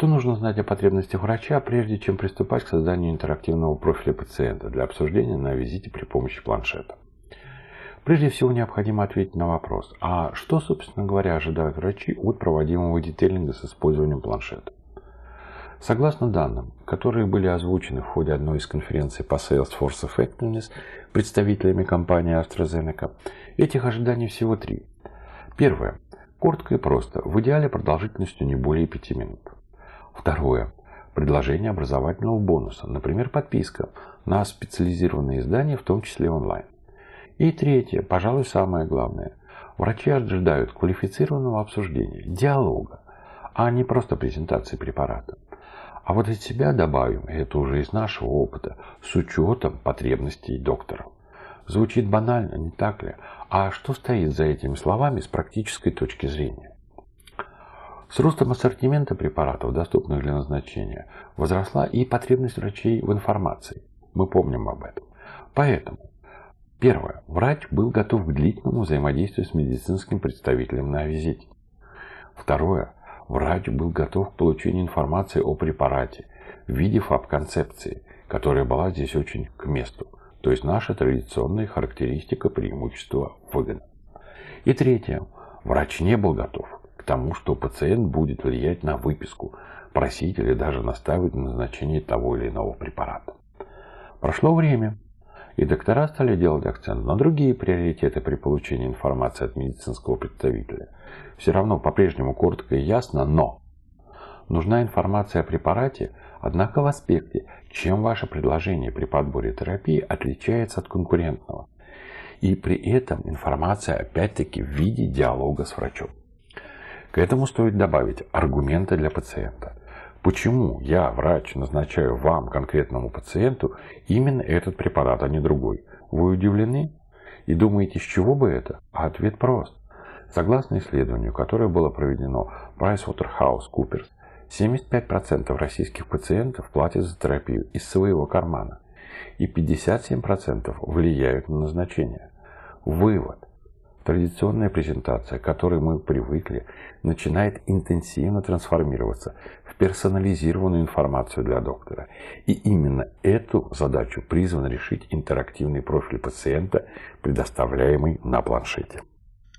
Что нужно знать о потребностях врача, прежде чем приступать к созданию интерактивного профиля пациента для обсуждения на визите при помощи планшета? Прежде всего необходимо ответить на вопрос, а что, собственно говоря, ожидают врачи от проводимого детейлинга с использованием планшета? Согласно данным, которые были озвучены в ходе одной из конференций по Salesforce Effectiveness представителями компании AstraZeneca, этих ожиданий всего 3. Первое. Коротко и просто, в идеале продолжительностью не более 5 минут. Второе. Предложение образовательного бонуса, например, подписка на специализированные издания, в том числе онлайн. И третье, пожалуй, самое главное. Врачи ожидают квалифицированного обсуждения, диалога, а не просто презентации препарата. А вот от себя добавим, и это уже из нашего опыта, с учетом потребностей доктора. Звучит банально, не так ли? А что стоит за этими словами с практической точки зрения? С ростом ассортимента препаратов, доступных для назначения, возросла и потребность врачей в информации. Мы помним об этом. Поэтому, первое. Врач был готов к длительному взаимодействию с медицинским представителем на визите. Второе. Врач был готов к получению информации о препарате в виде фаб-концепции, которая была здесь очень к месту. То есть наша традиционная характеристика преимущества выгода. И третье. Врач не был готов к тому, что пациент будет влиять на выписку, просить или даже настаивать на назначении того или иного препарата. Прошло время, и доктора стали делать акцент на другие приоритеты при получении информации от медицинского представителя. Все равно по-прежнему коротко и ясно, но нужна информация о препарате, однако в аспекте, чем ваше предложение при подборе терапии отличается от конкурентного. И при этом информация опять-таки в виде диалога с врачом. К этому стоит добавить аргументы для пациента. Почему я, врач, назначаю вам, конкретному пациенту, именно этот препарат, а не другой? Вы удивлены? И думаете, с чего бы это? А ответ прост. Согласно исследованию, которое было проведено PricewaterhouseCoopers, 75% российских пациентов платят за терапию из своего кармана, и 57% влияют на назначение. Вывод. Традиционная презентация, к которой мы привыкли, начинает интенсивно трансформироваться в персонализированную информацию для доктора. И именно эту задачу призван решить интерактивный профиль пациента, предоставляемый на планшете.